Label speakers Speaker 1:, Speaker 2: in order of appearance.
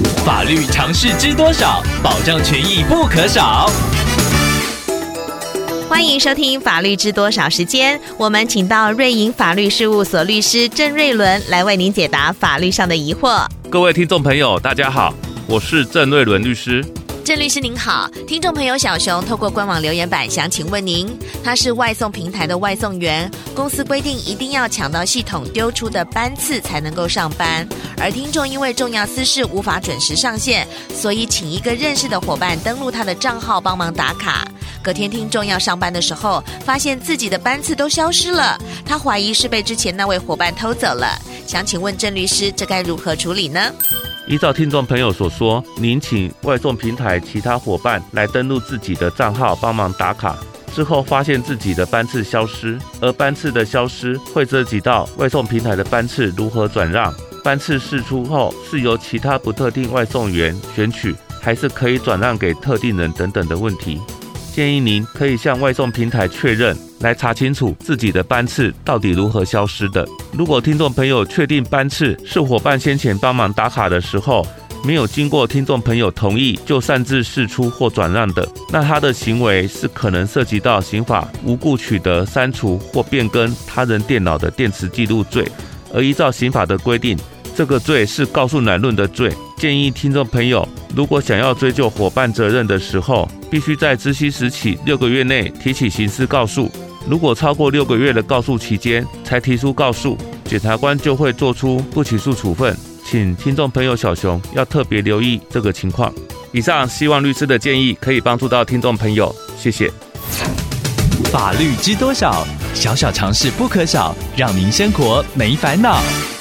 Speaker 1: 法律常识知多少，保障权益不可少。
Speaker 2: 欢迎收听法律知多少时间，我们请到瑞银法律事务所律师郑瑞伦来为您解答法律上的疑惑。
Speaker 3: 各位听众朋友大家好，我是郑瑞伦律师。
Speaker 2: 郑律师您好，听众朋友小熊透过官网留言板想请问您，他是外送平台的外送员，公司规定一定要抢到系统丢出的班次才能够上班，而听众因为重要私事无法准时上线，所以请一个认识的伙伴登录他的账号帮忙打卡。隔天听众要上班的时候，发现自己的班次都消失了，他怀疑是被之前那位伙伴偷走了，想请问郑律师，这该如何处理呢？
Speaker 3: 依照听众朋友所说，您请外送平台其他伙伴来登录自己的账号帮忙打卡，之后发现自己的班次消失，而班次的消失会涉及到外送平台的班次如何转让，班次释出后是由其他不特定外送员选取，还是可以转让给特定人等等的问题。建议您可以向外送平台确认，来查清楚自己的班次到底如何消失的。如果听众朋友确定班次是伙伴先前帮忙打卡的时候，没有经过听众朋友同意就擅自释出或转让的，那他的行为是可能涉及到刑法无故取得、删除或变更他人电脑的电池记录罪，而依照刑法的规定，这个罪是告诉乃论的罪。建议听众朋友如果想要追究伙伴责任的时候，必须在知悉时起6个月内提起刑事告诉，如果超过6个月的告诉期间才提出告诉，检察官就会做出不起诉处分，请听众朋友小熊要特别留意这个情况。以上希望律师的建议可以帮助到听众朋友，谢谢。
Speaker 1: 法律知多少，小小常识不可少，让您生活没烦恼。